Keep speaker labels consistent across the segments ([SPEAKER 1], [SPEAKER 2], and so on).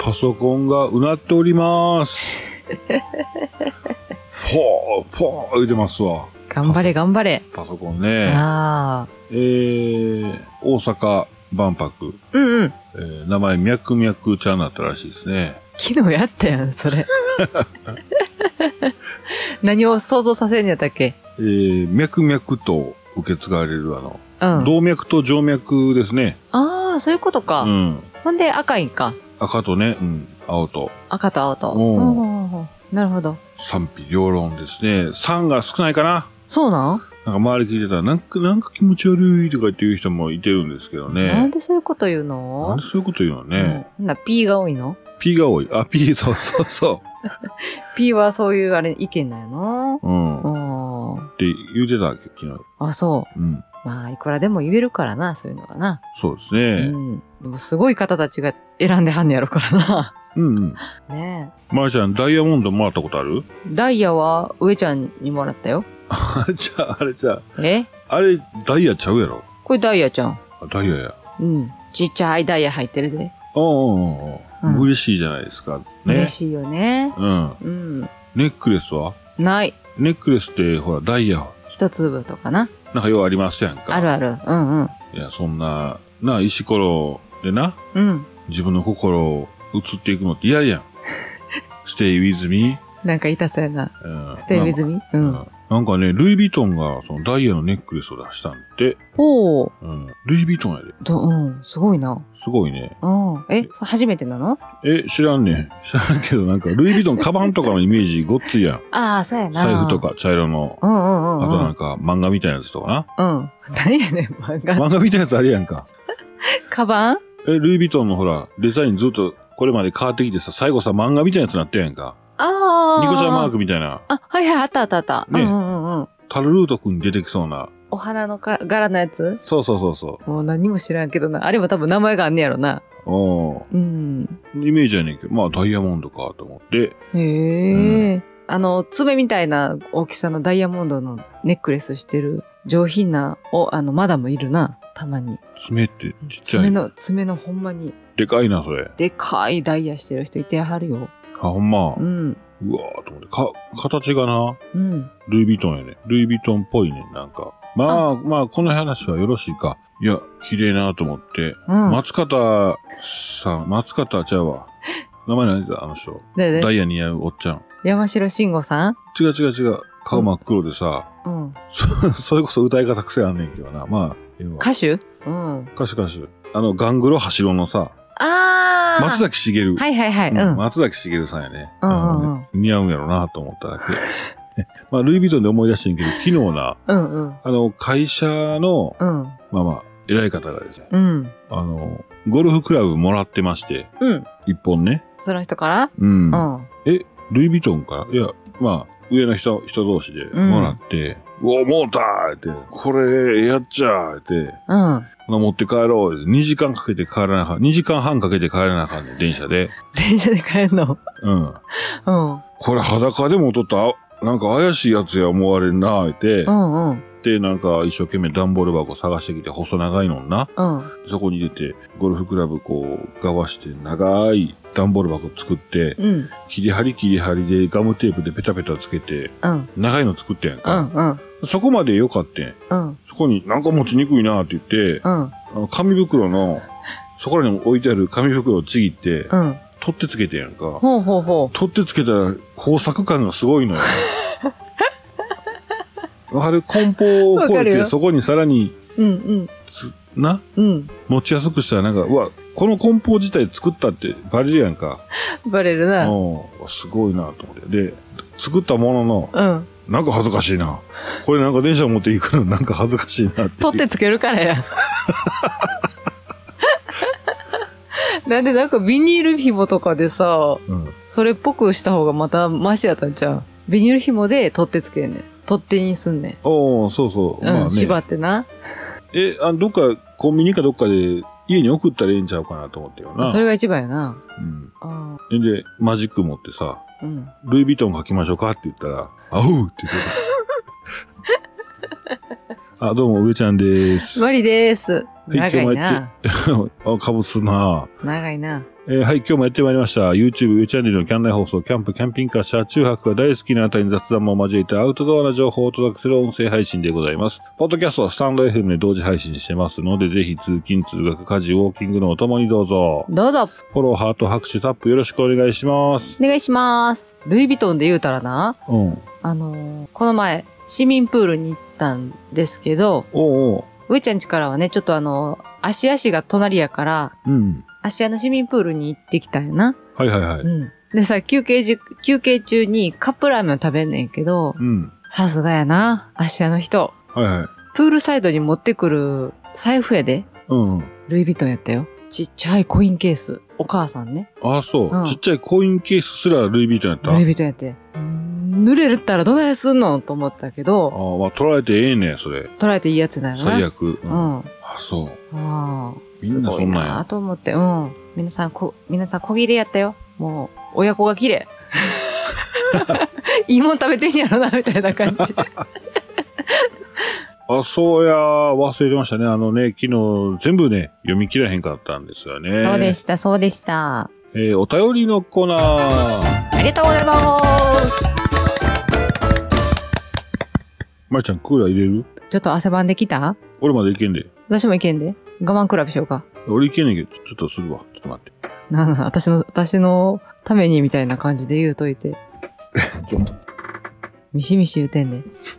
[SPEAKER 1] パソコンがうなっております。ポー言うてますわ。
[SPEAKER 2] 頑張れ頑張れ。
[SPEAKER 1] パソコンね。
[SPEAKER 2] ああ。
[SPEAKER 1] 大阪万博。
[SPEAKER 2] うんうん。
[SPEAKER 1] 名前ミャクミャクちゃんだったらしいですね。
[SPEAKER 2] 昨日やったやん、それ。何を想像させんやったっけ？
[SPEAKER 1] 脈々と受け継がれる
[SPEAKER 2] うん、
[SPEAKER 1] 動脈と静脈ですね。
[SPEAKER 2] ああ、そういうことか。
[SPEAKER 1] うん。
[SPEAKER 2] ほんで赤いんか。
[SPEAKER 1] 赤とね、うん、青と。
[SPEAKER 2] 赤と青と。なるほど。
[SPEAKER 1] 賛否両論ですね。酸が少ないかな。
[SPEAKER 2] そうなん？
[SPEAKER 1] なんか周り聞いてたら、なんか気持ち悪いとか言っていう人もいてるんですけどね。
[SPEAKER 2] なんでそういうこと言うの？
[SPEAKER 1] なんでそういうこと言うのね。
[SPEAKER 2] P が多いの？
[SPEAKER 1] P が多い。あ、P、そう。
[SPEAKER 2] P はそういう意見だよな。
[SPEAKER 1] うん。って言うてたわけ、昨日。
[SPEAKER 2] あ、そう。
[SPEAKER 1] うん。
[SPEAKER 2] まあ、いくらでも言えるからな、そういうのはな。
[SPEAKER 1] そうですね。
[SPEAKER 2] うん。でもすごい方たちが選んではんねやろからな。
[SPEAKER 1] うんうん。
[SPEAKER 2] ね
[SPEAKER 1] え。まーちゃん、ダイヤモンドもらったことある？
[SPEAKER 2] ダイヤは上ちゃんにもらったよ。
[SPEAKER 1] あれじゃ
[SPEAKER 2] え？
[SPEAKER 1] あれ、ダイヤちゃうやろ？
[SPEAKER 2] これダイヤちゃん。
[SPEAKER 1] ダイヤや。
[SPEAKER 2] うん。ちっちゃいダイヤ入ってるで。
[SPEAKER 1] 嬉しいじゃないですか。
[SPEAKER 2] ね。嬉しいよね。
[SPEAKER 1] うん。ネックレスは？
[SPEAKER 2] ない。
[SPEAKER 1] ネックレスって、ほら、ダイヤ。
[SPEAKER 2] 一粒とかな。
[SPEAKER 1] なんかようありますやんか。
[SPEAKER 2] あるある。うんうん。
[SPEAKER 1] いや、そんな、石ころでな。
[SPEAKER 2] うん。
[SPEAKER 1] 自分の心を移っていくのって嫌やん。stay with me。
[SPEAKER 2] なんか痛そうやな。stay with me？ うん。
[SPEAKER 1] なんかね、ルイ・ヴィトンがそのダイヤのネックレスを出したんで。
[SPEAKER 2] おー。
[SPEAKER 1] うん。ルイ・ヴィトンやで。
[SPEAKER 2] すごいな。
[SPEAKER 1] すごいね。
[SPEAKER 2] うん。初めてなの？
[SPEAKER 1] 知らんね。知らんけど、なんか、ルイ・ヴィトンカバンとかのイメージごっついやん。
[SPEAKER 2] ああ、そうやな。
[SPEAKER 1] 財布とか茶色の。あとなんか、漫画みたいなやつとか
[SPEAKER 2] な。うん。何やねん、漫画。
[SPEAKER 1] 漫画みたいなやつあるやんか。
[SPEAKER 2] カバン？
[SPEAKER 1] ルイ・ヴィトンのほら、デザインずっとこれまで変わってきてさ、最後さ、漫画みたいなやつになってやんか。
[SPEAKER 2] ああ。
[SPEAKER 1] ニコちゃんマークみたいな。
[SPEAKER 2] あ、はいはい、あった。
[SPEAKER 1] ね。タルルートくんに出てきそうな。
[SPEAKER 2] お花の柄のやつ？
[SPEAKER 1] そう。
[SPEAKER 2] もう何も知らんけどな。あれも多分名前があんねやろな。
[SPEAKER 1] うん。イメージやねんけど、まあダイヤモンドかと思って。
[SPEAKER 2] へえ。爪みたいな大きさのダイヤモンドのネックレスしてる上品な、マダムいるな。たまに。
[SPEAKER 1] 爪ってちっちゃい。
[SPEAKER 2] 爪のほんまに。
[SPEAKER 1] でかいな、それ。
[SPEAKER 2] でかいダイヤしてる人いてはるよ。
[SPEAKER 1] あ、ほんま。
[SPEAKER 2] うん。
[SPEAKER 1] うわーと思って。形がな。
[SPEAKER 2] うん。
[SPEAKER 1] ルイ・ヴィトンやね。ルイ・ヴィトンっぽいね、なんか。まあ、この話はよろしいか。いや、綺麗なと思って。うん、松方ちゃうわ。名前何だ、あの人。ダイヤに似合うおっちゃん。
[SPEAKER 2] 山城慎吾さん？
[SPEAKER 1] 違う。顔真っ黒でさ。
[SPEAKER 2] うん。
[SPEAKER 1] それこそ歌い方癖あんねんけどな。まあ、
[SPEAKER 2] 歌手？うん。
[SPEAKER 1] 歌手。ガングロハシロのさ。
[SPEAKER 2] ああ。
[SPEAKER 1] 松崎しげる。
[SPEAKER 2] はい。うん。
[SPEAKER 1] 松崎しげるさんやね。
[SPEAKER 2] 似
[SPEAKER 1] 合うんやろなと思っただけ。まあ、ルイ・ヴィトンで思い出してんけど、昨日な。会社の、偉い方がですね。ゴルフクラブもらってまして。一本ね。
[SPEAKER 2] その人から？
[SPEAKER 1] ルイ・ヴィトンから？いや、まあ、上の人同士でもらって、もうたーって、これ、やっちゃーって、持って帰ろう。2時間半かけて帰らなあかんねん、電車で。
[SPEAKER 2] 電車で帰るの？
[SPEAKER 1] これ裸でも撮ったなんか怪しいやつや思われんなーって。で、なんか一生懸命段ボール箱探してきて細長いのな。そこに入れて、ゴルフクラブこう、がわして長い段ボール箱作って、切り張りでガムテープでペタペタつけて、長いの作ってんやんか。そこまでよかってん。そこになんか持ちにくいなーって言って、紙袋の、そこらに置いてある紙袋をちぎって、取ってつけてんやんか。取ってつけたら工作感がすごいのよ。あれ、梱包を超えて、そこにさらに、持ちやすくしたらなんか、この梱包自体作ったってバレるやんか。
[SPEAKER 2] バレるな。
[SPEAKER 1] すごいなと思って。で、作ったものの、なんか恥ずかしいな。これなんか電車持っていくのなんか恥ずかしいなって。
[SPEAKER 2] 取ってつけるからや。なんでなんかビニール紐とかでさ、それっぽくした方がまたマシやったんちゃう？ビニール紐で取ってつけんねん。取っ手にすんねん。
[SPEAKER 1] そう。まあね。
[SPEAKER 2] 縛ってな。
[SPEAKER 1] どっか、コンビニかどっかで家に送ったらええんちゃうかなと思ってよな。
[SPEAKER 2] それが一番やな。
[SPEAKER 1] で、マジック持ってさ、ルイ・ヴィトン書きましょうかって言ったら、あうって言ってた。どうも、上ちゃんでーす。
[SPEAKER 2] マリでーす。 長いな。
[SPEAKER 1] かぶすな。
[SPEAKER 2] 長いな。
[SPEAKER 1] はい、今日もやってまいりました。YouTube チャンネルのキャン内放送、キャンプ、キャンピングカー、車中泊が大好きなあなたに雑談も交えてアウトドアな情報をお届けする音声配信でございます。ポッドキャストはスタンド FM で同時配信してますので、ぜひ通勤、通学、家事、ウォーキングのお供にどうぞ。
[SPEAKER 2] どうぞ。
[SPEAKER 1] フォロー、ハート、拍手、タップよろしくお願いします。
[SPEAKER 2] お願いします。ルイ・ヴィトンで言うたらな。
[SPEAKER 1] うん。
[SPEAKER 2] この前、市民プールに行ったんですけど、上ちゃん家からはね、ちょっと足が隣やから、うん。芦屋の市民プールに行ってきたんやな。
[SPEAKER 1] はいはいはい。
[SPEAKER 2] うん。でさ、休憩中にカップラーメンを食べんねんけど、うん。さすがやな、芦屋の人。
[SPEAKER 1] はいはい。
[SPEAKER 2] プールサイドに持ってくる財布やで。うん。ルイ・ヴィトンやったよ。ちっちゃいコインケース。お母さんね。
[SPEAKER 1] ああ、そう、うん。ちっちゃいコインケースすらルイ・ヴィトンやった？
[SPEAKER 2] ルイ・ヴィトンやって。濡れたらどないすんのと思ったけど。
[SPEAKER 1] ああ、まあ、取られてええねん、それ。
[SPEAKER 2] 取られていいやつだよな。
[SPEAKER 1] 最悪。
[SPEAKER 2] うん。
[SPEAKER 1] あ、そう。
[SPEAKER 2] ああ。
[SPEAKER 1] みんなそんなんや。
[SPEAKER 2] と思って、うん。皆さん小切れやったよ。もう、親子が綺麗。いいもん食べてんやろな、みたいな感じ。
[SPEAKER 1] あ、そうや、忘れてましたね。昨日全部ね、読み切らへんかったんですよね。
[SPEAKER 2] そうでした、そうでした。
[SPEAKER 1] お便りのコーナー。
[SPEAKER 2] ありがとうございます。
[SPEAKER 1] まりちゃん、クーラー入れる？
[SPEAKER 2] ちょっと汗ばんできた？
[SPEAKER 1] 俺までいけんで。
[SPEAKER 2] 私もいけんで。我慢比べしようか。
[SPEAKER 1] 俺いけんねんけど、ちょっとするわ。ちょっと待って。
[SPEAKER 2] 私のためにみたいな感じで言うといて。
[SPEAKER 1] ちょっと。
[SPEAKER 2] ミシミシ言うてんね。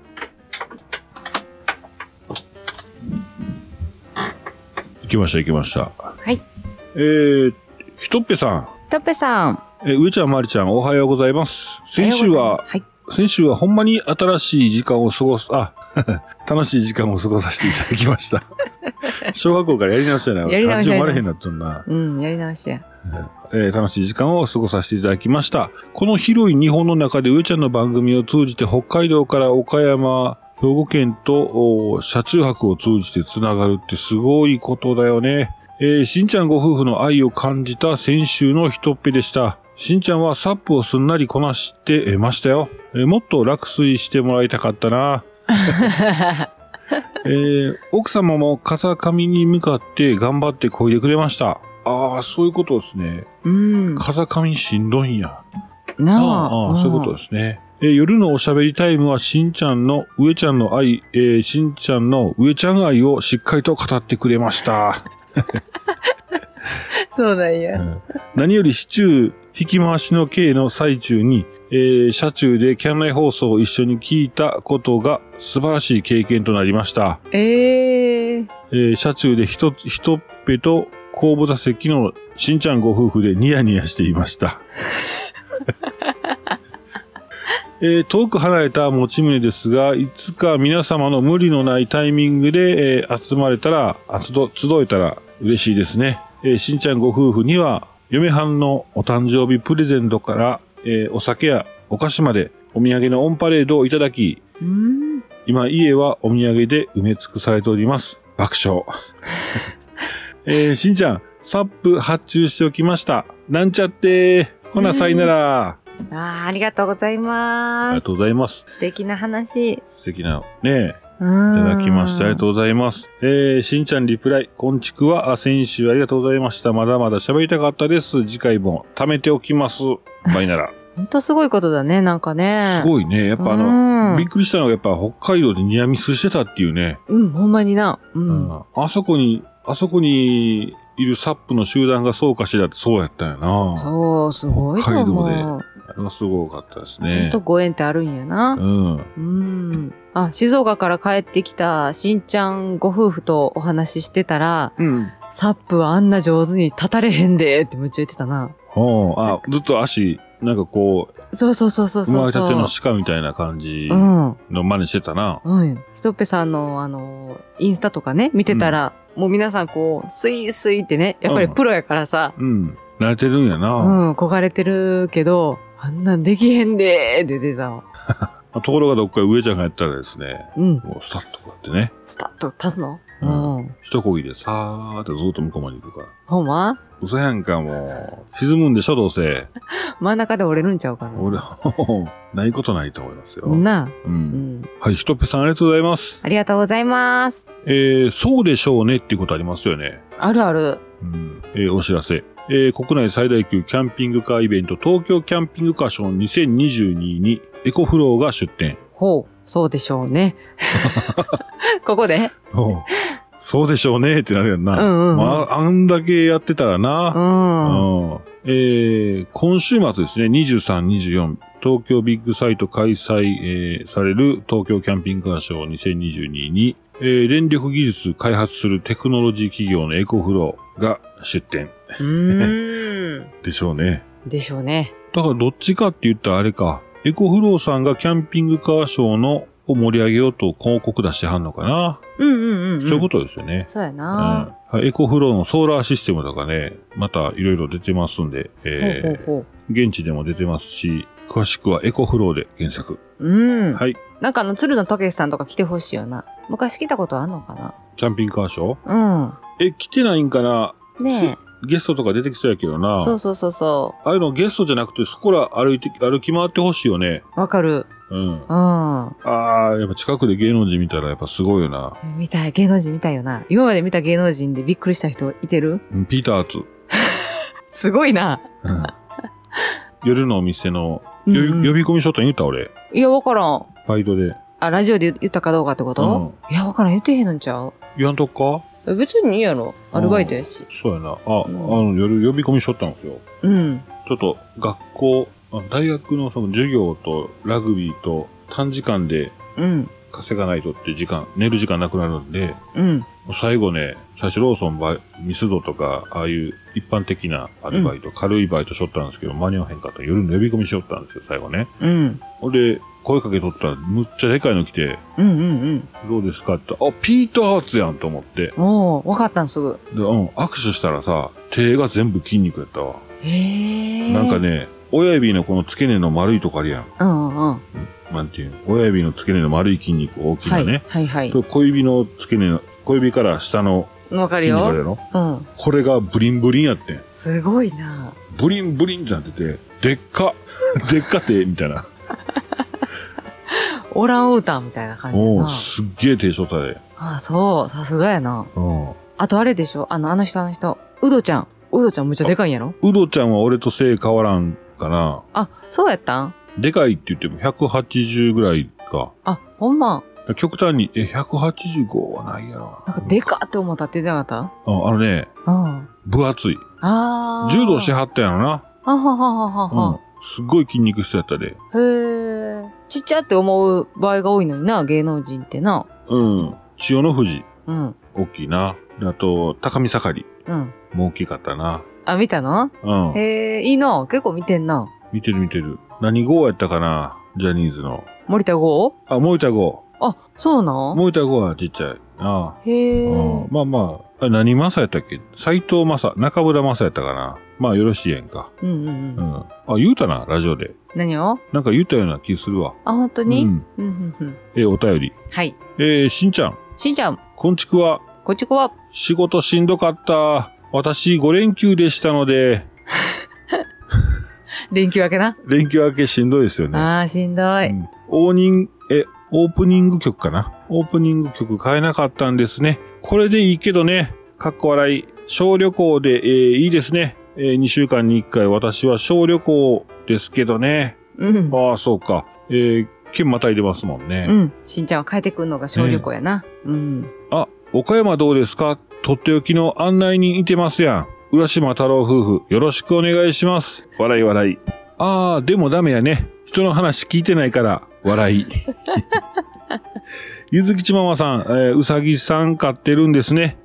[SPEAKER 1] 行きました。
[SPEAKER 2] はい。
[SPEAKER 1] ひとっぺさん。上ちゃん、まりちゃん、おはようございます。先週はほんまに新しい時間を過ごす、楽しい時間を過ごさせていただきました。小学校からやり直しじゃない。漢字読まれへんなっちゃうな。
[SPEAKER 2] うん、やり直しや。
[SPEAKER 1] 楽しい時間を過ごさせていただきました。この広い日本の中で上ちゃんの番組を通じて北海道から岡山、兵庫県と車中泊を通じてつながるってすごいことだよね。しんちゃんご夫婦の愛を感じた先週のひとっぺでした。しんちゃんはサップをすんなりこなしてましたよ。もっと落水してもらいたかったな。奥様も風上に向かって頑張って漕いでくれました。ああ、そういうことですね。風上しんどいんや。そういうことですね。夜のおしゃべりタイムはしんちゃんの上ちゃんの愛、しんちゃんの上ちゃん愛をしっかりと語ってくれました。
[SPEAKER 2] そうなんや。
[SPEAKER 1] 何よりシチュー引き回しの刑の最中に、車中でキャン内放送を一緒に聞いたことが素晴らしい経験となりました。車中でひとっぺと後部座席のしんちゃんご夫婦でニヤニヤしていました。遠く離れた持ち宗ですが、いつか皆様の無理のないタイミングで、集えたら嬉しいですね。しんちゃんご夫婦には、嫁はんのお誕生日プレゼントから、お酒やお菓子までお土産のオンパレードをいただき、今家はお土産で埋め尽くされております。爆笑。しんちゃん、サップ発注しておきました。なんちゃって。ほな、さいなら。
[SPEAKER 2] ありがとうございます。
[SPEAKER 1] ありがとうございます。
[SPEAKER 2] 素敵な話。
[SPEAKER 1] 素敵な、ねいただきましてありがとうございます。しんちゃんリプライ、こんちくは先週ありがとうございました。まだまだ喋りたかったです。次回も貯めておきます。バイなら。
[SPEAKER 2] ほんとすごいことだね、なんかね。
[SPEAKER 1] すごいね。やっぱびっくりしたのがやっぱ北海道でニアミスしてたっていうね。
[SPEAKER 2] ほんまにな。
[SPEAKER 1] あそこにいるサップの集団がそうかしらってそうやったんやな。
[SPEAKER 2] そう、すごいと思う。
[SPEAKER 1] 北海道で。あれはすごかったですね。
[SPEAKER 2] ほんとご縁ってあるんやな。静岡から帰ってきたしんちゃんご夫婦とお話ししてたら、サップはあんな上手に立たれへんでってむっちゃ言ってたな。
[SPEAKER 1] ずっと足、なんかこう。
[SPEAKER 2] そう。
[SPEAKER 1] 生まれたての鹿みたいな感じの真似してたな。
[SPEAKER 2] ひとっぺさんのインスタとかね、見てたら、もう皆さんこう、スイってね、やっぱりプロやからさ。
[SPEAKER 1] 慣れてるんやな。
[SPEAKER 2] 焦がれてるけど、あんなんできへんでーって出たわ。
[SPEAKER 1] ところがどっか上ちゃんがやったらですね、もうスタッとこうやってね。
[SPEAKER 2] スタッと立つの？
[SPEAKER 1] 一漕ぎでさーってずっと向こうまで行くから。
[SPEAKER 2] ほんま？
[SPEAKER 1] 嘘やんか、もう。沈むんでしょ、どうせ。
[SPEAKER 2] 真ん中で折れるんちゃうかな。
[SPEAKER 1] ないことないと思いますよ。
[SPEAKER 2] なあ。
[SPEAKER 1] はい、ひとっぺさんありがとうございます。
[SPEAKER 2] ありがとうございます。
[SPEAKER 1] そうでしょうねっていうことありますよね。
[SPEAKER 2] あるある。
[SPEAKER 1] お知らせ。国内最大級キャンピングカーイベント、東京キャンピングカーショー2022にエコフローが出展。
[SPEAKER 2] ほう、そうでしょうね。ここで
[SPEAKER 1] そうでしょうねってなるやんな。まあ、あんだけやってたらな。今週末ですね、23、24、東京ビッグサイト開催、される東京キャンピングカーショー2022に、電力技術開発するテクノロジー企業のエコフローが出展。でしょうね。
[SPEAKER 2] でしょうね。
[SPEAKER 1] だからどっちかって言ったらあれか、エコフローさんがキャンピングカーショーのを盛り上げようと広告出してはんのかな。そういうことですよね。
[SPEAKER 2] そうやな。
[SPEAKER 1] エコフローのソーラーシステムとかね、またいろいろ出てますんで、現地でも出てますし、詳しくはエコフローで検索。はい。
[SPEAKER 2] なんか鶴野武さんとか来てほしいよな。昔来たことあんのかな？
[SPEAKER 1] キャンピングカーショー？来てないんかな？ねえ。ゲストとか出てきそうやけどな。
[SPEAKER 2] そう。
[SPEAKER 1] ああいうのゲストじゃなくて、そこら歩き回ってほしいよね。
[SPEAKER 2] わかる。
[SPEAKER 1] ああ、やっぱ近くで芸能人見たらやっぱすごいよな。
[SPEAKER 2] 見たい、芸能人見たいよな。今まで見た芸能人でびっくりした人いてる？
[SPEAKER 1] ピーターズ。
[SPEAKER 2] すごいな。
[SPEAKER 1] 夜のお店の、呼び込みしとったん言った俺。
[SPEAKER 2] いや、わからん。
[SPEAKER 1] バイトで。
[SPEAKER 2] ラジオで言ったかどうかってこと？いや、わからん。言ってへんのんちゃう？
[SPEAKER 1] 言わんとこか？
[SPEAKER 2] 別にいいやろ。アルバイトやし。
[SPEAKER 1] そうやな。夜呼び込みしとったんですよ。ちょっと学校、大学のその授業とラグビーと短時間で稼がないとって寝る時間なくなるんで、最後ね、最初ローソンミスドとか、ああいう一般的なアルバイト、軽いバイトしとったんですけど、間に合わへんかったら夜の呼び込みしよったんですよ、最後ね。ほんで、声かけとったらむっちゃでかいの来て、どうですかって、ピーターズやんと思って。
[SPEAKER 2] わかったんすぐ。
[SPEAKER 1] で、握手したらさ、手が全部筋肉やったわ。なんかね、親指のこの付け根の丸いとこあるやん。なんていうの？親指の付け根の丸い筋肉大きなね。小指の付け根の、小指から下の
[SPEAKER 2] わかるよ。
[SPEAKER 1] 筋肉あるやろ？これがブリンブリンやってん。
[SPEAKER 2] すごいな。
[SPEAKER 1] ブリンブリンってなってて、でっか手みたいな。
[SPEAKER 2] オランウータンみたいな感じやな。
[SPEAKER 1] すっげえ手しとったで。
[SPEAKER 2] そう。さすがやな。あとあれでしょ？あの人。ウドちゃんむっちゃでかいんやろ？
[SPEAKER 1] ウドちゃんは俺と背変わらんかな。
[SPEAKER 2] そうやったん？
[SPEAKER 1] でかいって言っても180ぐらいか。
[SPEAKER 2] ほんま。
[SPEAKER 1] 極端に、185はないやろ。
[SPEAKER 2] なんかでかって思ったって言ってなかった？
[SPEAKER 1] 分厚い。柔道しはったやろな。すっごい筋肉質やったで。
[SPEAKER 2] ちっちゃって思う場合が多いのにな、芸能人ってな。
[SPEAKER 1] 千代の富士。大きいな。あと、高見盛り。もう大きかったな。
[SPEAKER 2] 見たの？いいな。結構見てんな。
[SPEAKER 1] 見てる。何号やったかな？ジャニーズの。
[SPEAKER 2] 森田剛？
[SPEAKER 1] 森田剛。
[SPEAKER 2] そうなん？
[SPEAKER 1] 森田剛はちっちゃい。何正やったっけ？斎藤正、中村正やったかな。まあよろしいやんか。言うたな、ラジオで。
[SPEAKER 2] 何を？
[SPEAKER 1] なんか言うたような気するわ。
[SPEAKER 2] 本当に？
[SPEAKER 1] お便り。
[SPEAKER 2] はい。
[SPEAKER 1] しんちゃん。こんちくわ。仕事しんどかった。私5連休でしたので。
[SPEAKER 2] 連休明けな？
[SPEAKER 1] 連休明けしんどいですよね。
[SPEAKER 2] しんどい。
[SPEAKER 1] オープニング曲かな？オープニング曲変えなかったんですね。これでいいけどね。かっこ笑い。小旅行で、いいですね。2週間に1回私は小旅行ですけどね。そうか。県またいでますもんね。
[SPEAKER 2] しんちゃんは帰ってくんのが小旅行やな。
[SPEAKER 1] 岡山どうですか？とっておきの案内人いてますやん。浦島太郎夫婦、よろしくお願いします。笑い。でもダメやね。人の話聞いてないから、笑い。ゆずきちママさん、うさぎさん飼ってるんですね。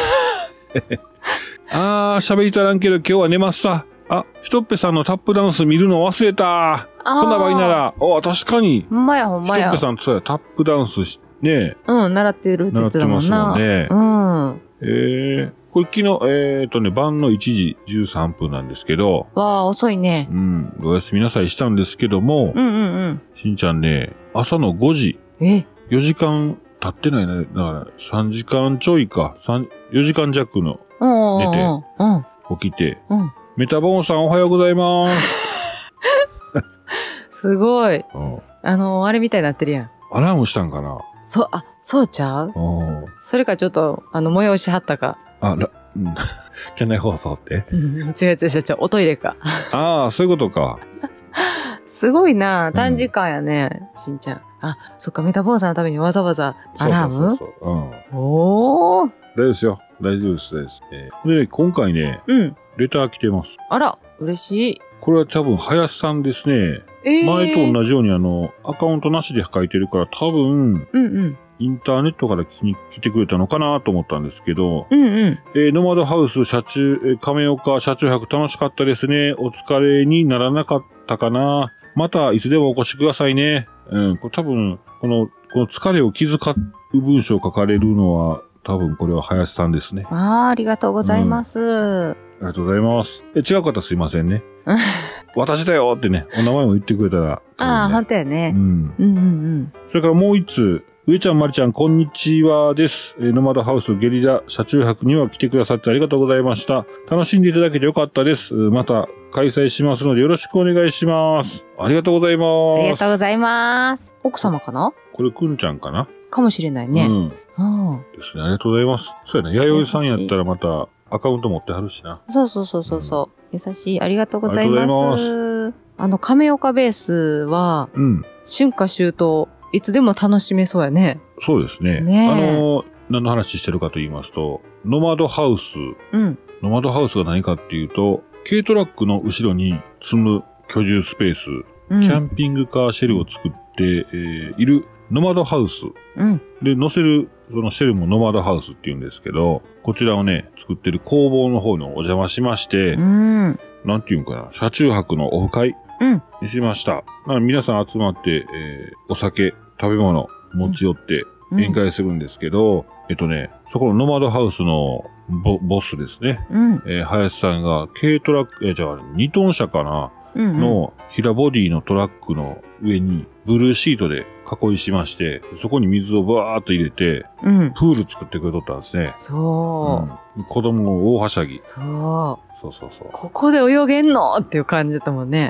[SPEAKER 1] 喋りたらんけど今日は寝ますさ。ひとっぺさんのタップダンス見るの忘れた。こんな場合なら、確かに。
[SPEAKER 2] ほんまや。ひと
[SPEAKER 1] っぺさん、そうや、タップダンスね。
[SPEAKER 2] 習ってるって言ってたもんな。
[SPEAKER 1] 習ってますもんね。これ昨日、晩の1時13分なんですけど。
[SPEAKER 2] 遅いね。
[SPEAKER 1] おやすみなさいしたんですけども。しんちゃんね、朝の5時。4時間経ってないね。だから3時間ちょいか。4時間弱の寝て、起きて、メタボーンさんおはようございます。
[SPEAKER 2] すごい。あれみたいになってるやん。
[SPEAKER 1] アラームしたんかな？
[SPEAKER 2] そうちゃう？それかちょっと、催しはったか。
[SPEAKER 1] 県内放送って
[SPEAKER 2] 違う、おトイレか。
[SPEAKER 1] ああ、そういうことか。
[SPEAKER 2] すごいな、短時間やね、しんちゃん。そっか、メタボーンさんのためにわざわざアラーム？おー。
[SPEAKER 1] 大丈夫ですよ。大丈夫です。でね、今回ね、レター来てます。
[SPEAKER 2] あら、嬉しい。
[SPEAKER 1] これは多分、林さんですね。前と同じようにアカウントなしで書いてるから多分、インターネットから来てくれたのかなと思ったんですけど、ノマドハウス亀岡車中泊楽しかったですね。お疲れにならなかったかな。またいつでもお越しくださいね。これ多分、この疲れを気遣う文章を書かれるのは、多分これは林さんですね。
[SPEAKER 2] ありがとうございます。
[SPEAKER 1] ありがとうございます。違う方すいませんね。私だよってね、お名前も言ってくれたら、ね。
[SPEAKER 2] 本当やね。
[SPEAKER 1] それからもう一つ、上ちゃん、まりちゃん、こんにちはです。ノマドハウスゲリラ車中泊には来てくださってありがとうございました。楽しんでいただけてよかったです。また開催しますのでよろしくお願いします。ありがとうございます。
[SPEAKER 2] ありがとうございます。奥様かな？
[SPEAKER 1] これくんちゃんかな？
[SPEAKER 2] かもしれないね。
[SPEAKER 1] ですね。ありがとうございます。そうやね。弥生さんやったらまたアカウント持ってはるしな。
[SPEAKER 2] そう。優しい。ありがとうございます。亀岡ベースは、春夏秋冬、いつでも楽しめそうやね。
[SPEAKER 1] そうですね。何の話してるかと言いますと、ノマドハウス。ノマドハウスが何かっていうと、軽トラックの後ろに積む居住スペース、キャンピングカーシェルを作っているノマドハウス。で、乗せる、そのシェルもノマドハウスって言うんですけど、こちらをね、作ってる工房の方にお邪魔しまして、なんていうんかな、車中泊のオフ会にしました。皆さん集まって、お酒、食べ物持ち寄って宴会するんですけど、そこのノマドハウスのボスですね。林さんが軽トラック、2トン車かな、の平ボディのトラックの上にブルーシートで囲いしまして、そこに水をバーっと入れて、プール作ってくれとったんですね。
[SPEAKER 2] そう。
[SPEAKER 1] 子供大はしゃぎ。
[SPEAKER 2] そう。ここで泳げんのっていう感じだったもんね。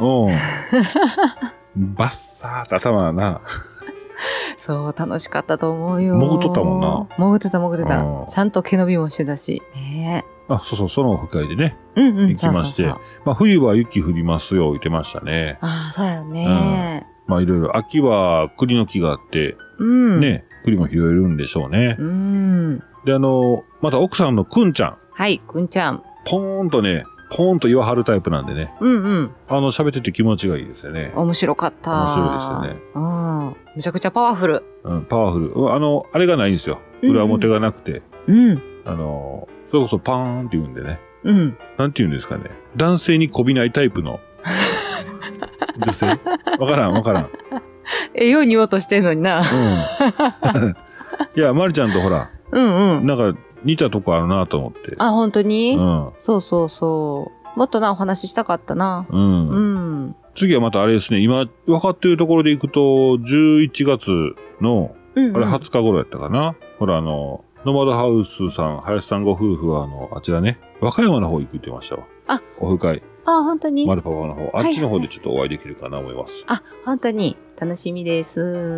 [SPEAKER 1] バッサーって頭がな。
[SPEAKER 2] そう、楽しかったと思うよ。
[SPEAKER 1] 潜っとったもんな。
[SPEAKER 2] 潜ってた。ちゃんと毛伸びもしてたし。
[SPEAKER 1] そのオフ会でね。行きまして。冬は雪降りますよ、言ってましたね。
[SPEAKER 2] そうやろね。
[SPEAKER 1] いろいろ、秋は栗の木があって、ね、栗も拾えるんでしょうね。で、また奥さんのくんちゃん。
[SPEAKER 2] はい、くんちゃん。
[SPEAKER 1] ポーンと言わはるタイプなんでね。喋ってて気持ちがいいですよね。
[SPEAKER 2] 面白かった。
[SPEAKER 1] 面白いですよね。
[SPEAKER 2] めちゃくちゃパワフル。
[SPEAKER 1] パワフル。あれがないんですよ。裏表がなくて。それこそパーンって言うんでね。なんて言うんですかね。男性に媚びないタイプの女性。わからん。
[SPEAKER 2] ように言おうとしてんのにな。
[SPEAKER 1] いや、まりちゃんとほら。なんか似たとこあるなと思って。
[SPEAKER 2] 本当に？そう。もっとお話ししたかったな。
[SPEAKER 1] 次はまたあれですね。今、分かってるところで行くと、11月の、あれ20日頃やったかな。ほらノマドハウスさん、林さんご夫婦はあちらね、和歌山の方行くって言ってましたわ。オフ会。
[SPEAKER 2] 本当に？
[SPEAKER 1] マルパパの方。あっちの方でちょっとお会いできるかな思います。
[SPEAKER 2] 本当に。楽しみです。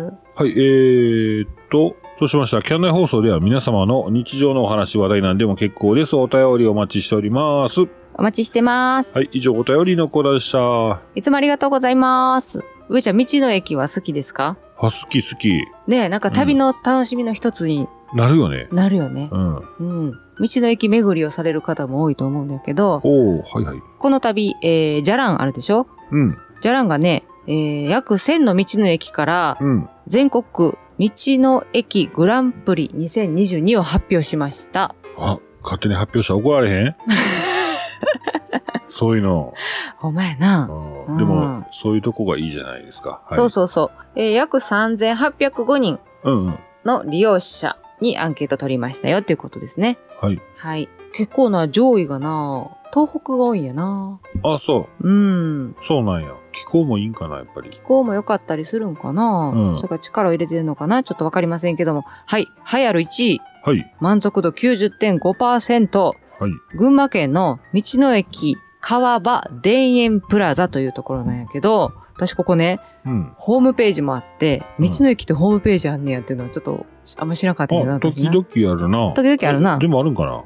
[SPEAKER 1] はい、そうしました。キャンナイ放送では皆様の日常のお話、話題なんでも結構です。お便りお待ちしております。
[SPEAKER 2] お待ちしてます。
[SPEAKER 1] はい、以上お便りのコーナーでした。
[SPEAKER 2] いつもありがとうございます。上ちゃん、道の駅は好きですか？
[SPEAKER 1] 好き。
[SPEAKER 2] ねえ、なんか旅の楽しみの一つに、
[SPEAKER 1] なるよね。
[SPEAKER 2] 道の駅巡りをされる方も多いと思うんだけど、この旅、じゃらんあるでしょ？じゃらんがね、約1000の道の駅から、全国道の駅グランプリ2022を発表しました。
[SPEAKER 1] 勝手に発表したら怒られへん？そういうの。
[SPEAKER 2] ほんまやな。
[SPEAKER 1] でも、そういうとこがいいじゃないですか。
[SPEAKER 2] そう。約3805人の利用者にアンケート取りましたよということですね。はい。結構な上位がな、東北が多いんやな。
[SPEAKER 1] そう。そうなんや。 気候もいいんかな、やっぱり。
[SPEAKER 2] 気候も良かったりするんかな、うん、それから力を入れてるのかなちょっとわかりませんけども。はい。栄えある1位。
[SPEAKER 1] はい。
[SPEAKER 2] 満足度 90.5%。はい。群馬県の道の駅川場田園プラザというところなんやけど、私ここね、うん、ホームページもあって、道の駅ってホームページあんねやっていうのはちょっとあんま知らなかったけどな。
[SPEAKER 1] 時々あるな。
[SPEAKER 2] 時々あるな。
[SPEAKER 1] でもあるんかな。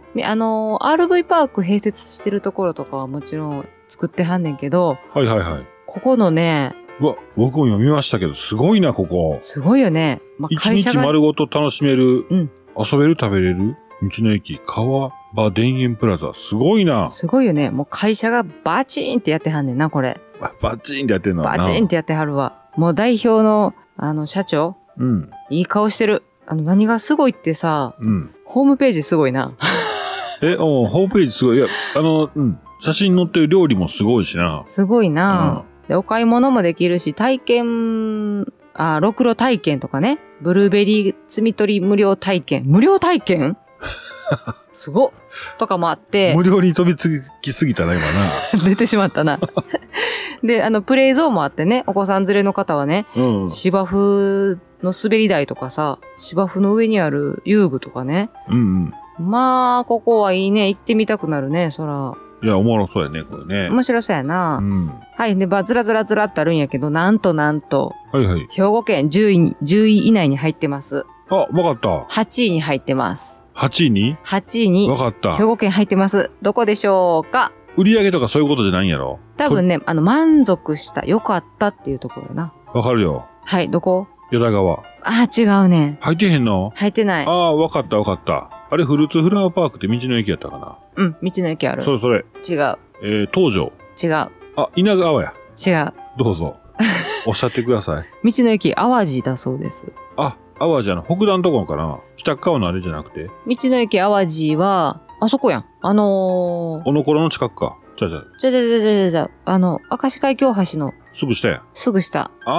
[SPEAKER 2] RV パーク併設してるところとかはもちろん作ってはんねんけど、
[SPEAKER 1] はいはいはい。
[SPEAKER 2] ここのね、
[SPEAKER 1] 僕も読みましたけど、すごいな、ここ。
[SPEAKER 2] すごいよね。
[SPEAKER 1] 一日丸ごと楽しめる、うん、遊べる食べれる道の駅川場田園プラザ。すごいな。
[SPEAKER 2] すごいよね。もう会社がバチーンってやってはんねんな、これ。
[SPEAKER 1] バチーンってやってんの
[SPEAKER 2] バチーンってやってはるわ。もう代表の、社長。うん。いい顔してる。何がすごいってさ、うん。ホームページすごいな。
[SPEAKER 1] ホームページすごい。いや、うん。写真載ってる料理もすごいしな。
[SPEAKER 2] すごいな。うん、で、お買い物もできるし、ろくろ体験とかね。ブルーベリー摘み取り無料体験。無料体験すごっとかもあって。
[SPEAKER 1] 無料に飛びつきすぎたな、今な。
[SPEAKER 2] 出てしまったな。で、プレイゾーンもあってね、お子さん連れの方はね、うん、芝生の滑り台とかさ、芝生の上にある遊具とかね。うんうん。まあ、ここはいいね。行ってみたくなるね、そら。
[SPEAKER 1] いや、おもろそうやね、これね。
[SPEAKER 2] 面白そうやな。うん。はい。で、ずらってあるんやけど、なんと。はいはい。兵庫県10位以内に入ってます。
[SPEAKER 1] あ、わかった。
[SPEAKER 2] 8位に入ってます。
[SPEAKER 1] 8位に
[SPEAKER 2] ?8 位に。
[SPEAKER 1] わかった。
[SPEAKER 2] 兵庫県入ってます。どこでしょうか？
[SPEAKER 1] 売り上げとかそういうことじゃないんやろ？
[SPEAKER 2] 多分ね、満足した、良かったっていうところやな。
[SPEAKER 1] わかるよ。
[SPEAKER 2] はい、どこ？
[SPEAKER 1] 淀川。
[SPEAKER 2] 違うね。
[SPEAKER 1] 入ってへんの？
[SPEAKER 2] 入ってない。
[SPEAKER 1] わかった。あれ、フルーツフラワーパークって道の駅やったかな？
[SPEAKER 2] うん、道の駅ある。
[SPEAKER 1] それ。
[SPEAKER 2] 違う。
[SPEAKER 1] 東条。
[SPEAKER 2] 違う。
[SPEAKER 1] 稲川や。
[SPEAKER 2] 違う。
[SPEAKER 1] どうぞ。おっしゃってください。
[SPEAKER 2] 道の駅、淡路だそうです。
[SPEAKER 1] 淡路北段のとこかな？北川のあれじゃなくて？
[SPEAKER 2] 道の駅淡路は、あそこやん。
[SPEAKER 1] おのころの近くか。じゃ。
[SPEAKER 2] 明石海峡橋の。
[SPEAKER 1] すぐ下や。
[SPEAKER 2] すぐ下。うん。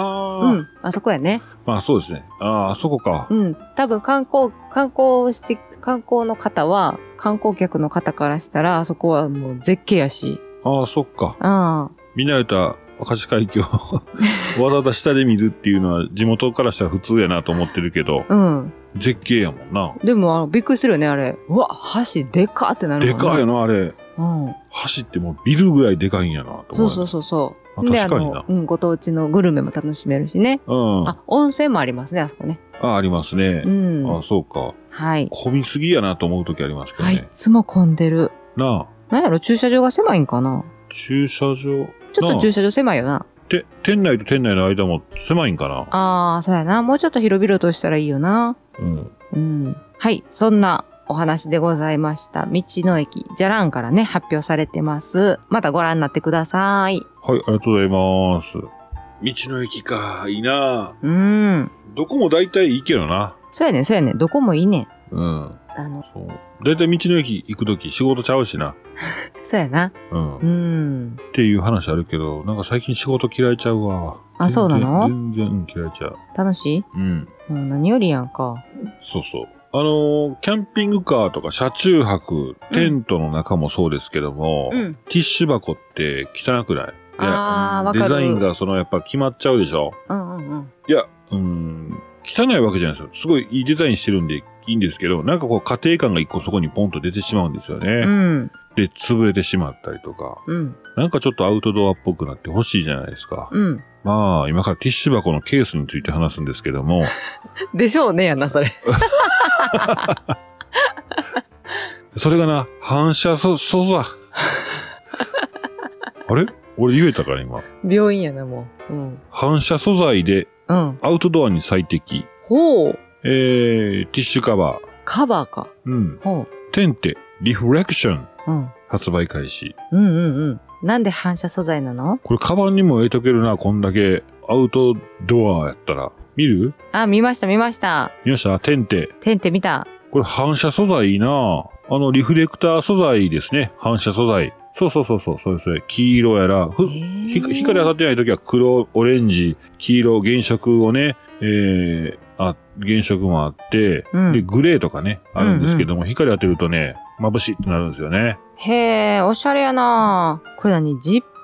[SPEAKER 2] あそこやね。
[SPEAKER 1] まあそうですね。あそこか。
[SPEAKER 2] うん。多分観光の方は、観光客の方からしたら、あそこはもう絶景やし。
[SPEAKER 1] そっか。みんな言うた明石海峡わざわざ下で見るっていうのは地元からしたら普通やなと思ってるけど。うん。絶景やもんな。
[SPEAKER 2] でもびっくりするよね、あれ。うわ、橋でかってなるもんね。
[SPEAKER 1] でかいよな、あれ。うん。橋ってもうビルぐらいでかいんやなと思う。
[SPEAKER 2] そう。
[SPEAKER 1] 確かにな。
[SPEAKER 2] ご当地のグルメも楽しめるしね。うん。温泉もありますね、あそこね。
[SPEAKER 1] ありますね。うん。そうか。
[SPEAKER 2] はい。
[SPEAKER 1] 混みすぎやなと思うときありますけどね。
[SPEAKER 2] いつも混んでる。
[SPEAKER 1] なあ。
[SPEAKER 2] なんやろ、駐車場が狭いんかな？
[SPEAKER 1] 駐車場。ちょ
[SPEAKER 2] っと駐車場狭いよな。
[SPEAKER 1] 店内と店内の間も狭いんかな？
[SPEAKER 2] そうやな。もうちょっと広々としたらいいよな。うん。はい。そんなお話でございました。道の駅、じゃらんからね、発表されてます。またご覧になってください。
[SPEAKER 1] はい、ありがとうございます。道の駅か、いいな。どこも大体いいけどな。
[SPEAKER 2] そうやね。どこもいいね。
[SPEAKER 1] そう。大体道の駅行くとき仕事ちゃうしな。
[SPEAKER 2] そうやな。
[SPEAKER 1] っていう話あるけど、なんか最近仕事嫌いちゃうわ。
[SPEAKER 2] そうなの？
[SPEAKER 1] 全然嫌いちゃう。
[SPEAKER 2] 楽しい？何よりやんか。
[SPEAKER 1] そう。キャンピングカーとか車中泊、テントの中もそうですけども、ティッシュ箱って汚くない？
[SPEAKER 2] わかる。
[SPEAKER 1] デザインがやっぱ決まっちゃうでしょ？いや、汚いわけじゃないですよ。すごいいいデザインしてるんでいいんですけど、なんか家庭感が一個そこにポンと出てしまうんですよね。で、潰れてしまったりとか。なんかちょっとアウトドアっぽくなってほしいじゃないですか。まあ、今からティッシュ箱のケースについて話すんですけども。
[SPEAKER 2] でしょうね、やんな、それ。
[SPEAKER 1] それがな、反射素材。あれ？俺言えたから今。
[SPEAKER 2] 病院やな、もう。
[SPEAKER 1] 反射素材で、アウトドアに最適。
[SPEAKER 2] ほう。
[SPEAKER 1] ティッシュカバー。
[SPEAKER 2] カバーか。
[SPEAKER 1] テンテ、リフレクション。発売開始。
[SPEAKER 2] なんで反射素材なの？
[SPEAKER 1] これカバンにも入れとけるな、こんだけアウトドアやったら。見る？
[SPEAKER 2] 見ました。見ました？
[SPEAKER 1] テンテ
[SPEAKER 2] 見た。
[SPEAKER 1] これ反射素材いいな。リフレクター素材ですね。反射素材。そう。それ。黄色やら、光当たってないときは黒、オレンジ、黄色、原色をね、原色もあって、で、グレーとかね、あるんですけども、光当てるとね、眩しいってなるんですよね。
[SPEAKER 2] へー、おしゃれやな。これジッ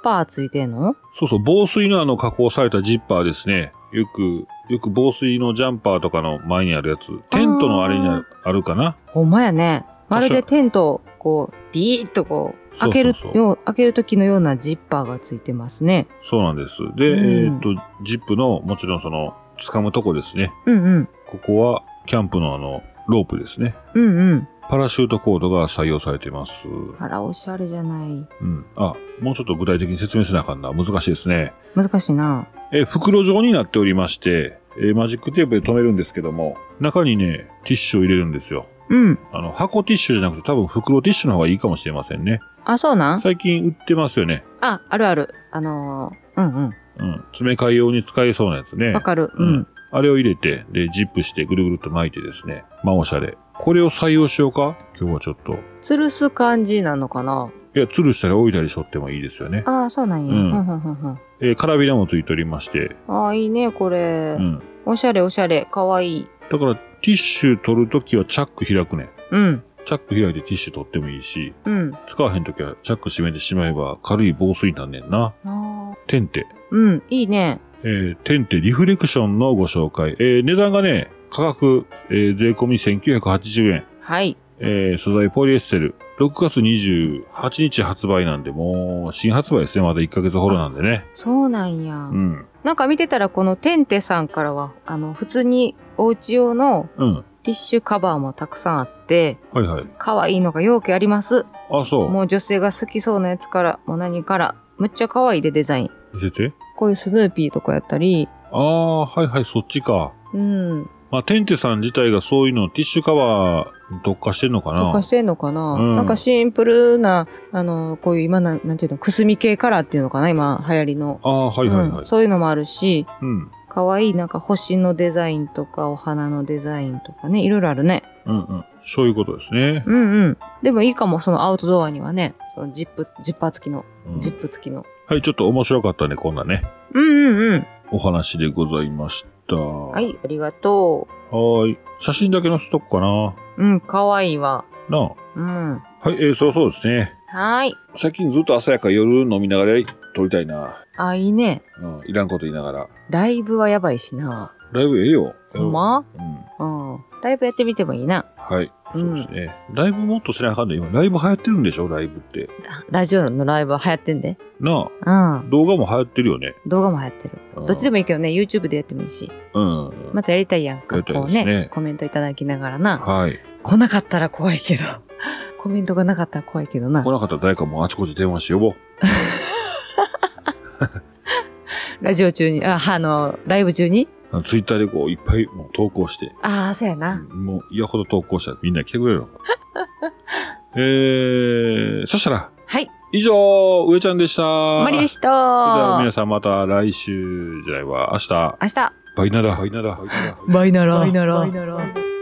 [SPEAKER 2] パーついてんの？
[SPEAKER 1] そうそう、防水の加工されたジッパーですね。よく防水のジャンパーとかの前にあるやつ。テントのあれにあるかな？
[SPEAKER 2] ほんまやね。まるでテントをこう、ビーッとこう、開ける時のようなジッパーがついてますね。
[SPEAKER 1] そうなんです。で、ジップの、もちろん掴むとこですね。
[SPEAKER 2] うんうん。
[SPEAKER 1] ここは、キャンプのロープですね。
[SPEAKER 2] うんうん。
[SPEAKER 1] パラシュートコードが採用されています。
[SPEAKER 2] あら、おしゃれじゃない。
[SPEAKER 1] うん。もうちょっと具体的に説明せなあかんな。難しいですね。
[SPEAKER 2] 難しいな。
[SPEAKER 1] 袋状になっておりまして、マジックテープで留めるんですけども、中にね、ティッシュを入れるんですよ。
[SPEAKER 2] うん。
[SPEAKER 1] 箱ティッシュじゃなくて多分袋ティッシュの方がいいかもしれませんね。
[SPEAKER 2] あ、そうなん？
[SPEAKER 1] 最近売ってますよね。
[SPEAKER 2] あるある。うんうん。
[SPEAKER 1] うん。詰め替え用に使えそうなやつね。
[SPEAKER 2] わかる。うん。
[SPEAKER 1] あれを入れて、で、ジップしてぐるぐるっと巻いてですね。おしゃれ。これを採用しようか？今日はちょっと。
[SPEAKER 2] 吊るす感じなのかな？
[SPEAKER 1] いや、吊るしたり置いたりしょってもいいですよね。
[SPEAKER 2] ああ、そうなん
[SPEAKER 1] や。カラビナもついておりまして。
[SPEAKER 2] ああ、いいね、これ。うん。おしゃれおしゃれ。かわいい。
[SPEAKER 1] だから、ティッシュ取るときはチャック開くね。
[SPEAKER 2] うん。
[SPEAKER 1] チャック開いてティッシュ取ってもいいし。
[SPEAKER 2] うん。
[SPEAKER 1] 使わへんときはチャック閉めてしまえば軽い防水になんねんな。テンテ。
[SPEAKER 2] うん、いいね。
[SPEAKER 1] テンテリフレクションのご紹介。値段がね、価格、税込み1980円。
[SPEAKER 2] はい。
[SPEAKER 1] 素材ポリエステル。6月28日発売なんで、もう新発売ですね。まだ1ヶ月ほどなんでね。
[SPEAKER 2] そうなんや。
[SPEAKER 1] うん。
[SPEAKER 2] なんか見てたらこのテンテさんからは、普通にお家用のティッシュカバーもたくさんあって、
[SPEAKER 1] はいはい。
[SPEAKER 2] 可愛いのがよくあります。
[SPEAKER 1] あ、そう。
[SPEAKER 2] もう女性が好きそうなやつから、もう何から。むっちゃ可愛いで、デザイン。
[SPEAKER 1] 見せて。
[SPEAKER 2] こういうスヌーピーとかやったり。
[SPEAKER 1] はいはい、そっちか。
[SPEAKER 2] うん。
[SPEAKER 1] テンテさん自体がそういうのティッシュカバーに特化してんのかな？
[SPEAKER 2] 特化してんのかな、なんかシンプルな、こういう今なんていうの、くすみ系カラーっていうのかな今流行りの。
[SPEAKER 1] はいはいはい。
[SPEAKER 2] そういうのもあるし、
[SPEAKER 1] うん。
[SPEAKER 2] かわいいなんか星のデザインとかお花のデザインとかね、いろいろあるね。
[SPEAKER 1] うんうん。そういうことですね。
[SPEAKER 2] うんうん。でもいいかも、そのアウトドアにはね、そのジッパー付きの、ジップ付きの。
[SPEAKER 1] はい、ちょっと面白かったね、こんなね。
[SPEAKER 2] うんうんうん。
[SPEAKER 1] お話でございました。
[SPEAKER 2] はい、ありがと
[SPEAKER 1] う。はい。写真だけ載せとくかな。
[SPEAKER 2] うん、かわいいわ。
[SPEAKER 1] なあ。
[SPEAKER 2] うん。
[SPEAKER 1] はい、そうですね。
[SPEAKER 2] はい。
[SPEAKER 1] 最近ずっと朝やから夜飲みながら撮りたいな。
[SPEAKER 2] いいね。
[SPEAKER 1] うん、いらんこと言いながら。
[SPEAKER 2] ライブはやばいしな。
[SPEAKER 1] ライブええよ。
[SPEAKER 2] ほんま？
[SPEAKER 1] うん。
[SPEAKER 2] ライブやってみてもいいな。
[SPEAKER 1] はい。そうですね。ライブもっとせなあかんね。今、ライブ流行ってるんでしょ？ライブって。
[SPEAKER 2] ラジオのライブは流行ってんで。
[SPEAKER 1] なあ。うん。動画も流行ってるよね。
[SPEAKER 2] 動画も流行ってる。どっちでもいいけどね、YouTube でやってもいいし。
[SPEAKER 1] うん。
[SPEAKER 2] またやりたいやんか。
[SPEAKER 1] やりたいですね。
[SPEAKER 2] コメントいただきながらな。
[SPEAKER 1] はい。
[SPEAKER 2] 来なかったら怖いけど。コメントがなかったら怖いけどな。
[SPEAKER 1] 来なかったら誰かもうあちこち電話して呼ぼう。
[SPEAKER 2] ラジオ中に、ライブ中に
[SPEAKER 1] ツイッターでこういっぱいもう投稿して。
[SPEAKER 2] そうやな。
[SPEAKER 1] もう嫌ほど投稿したらみんな来てくれるの。そしたら。
[SPEAKER 2] はい。
[SPEAKER 1] 以上、上ちゃんでした。
[SPEAKER 2] マリでした。
[SPEAKER 1] それでは皆さんまた来週じゃないわ、明日。
[SPEAKER 2] 明日。
[SPEAKER 1] バイナラ。
[SPEAKER 2] バイナラ。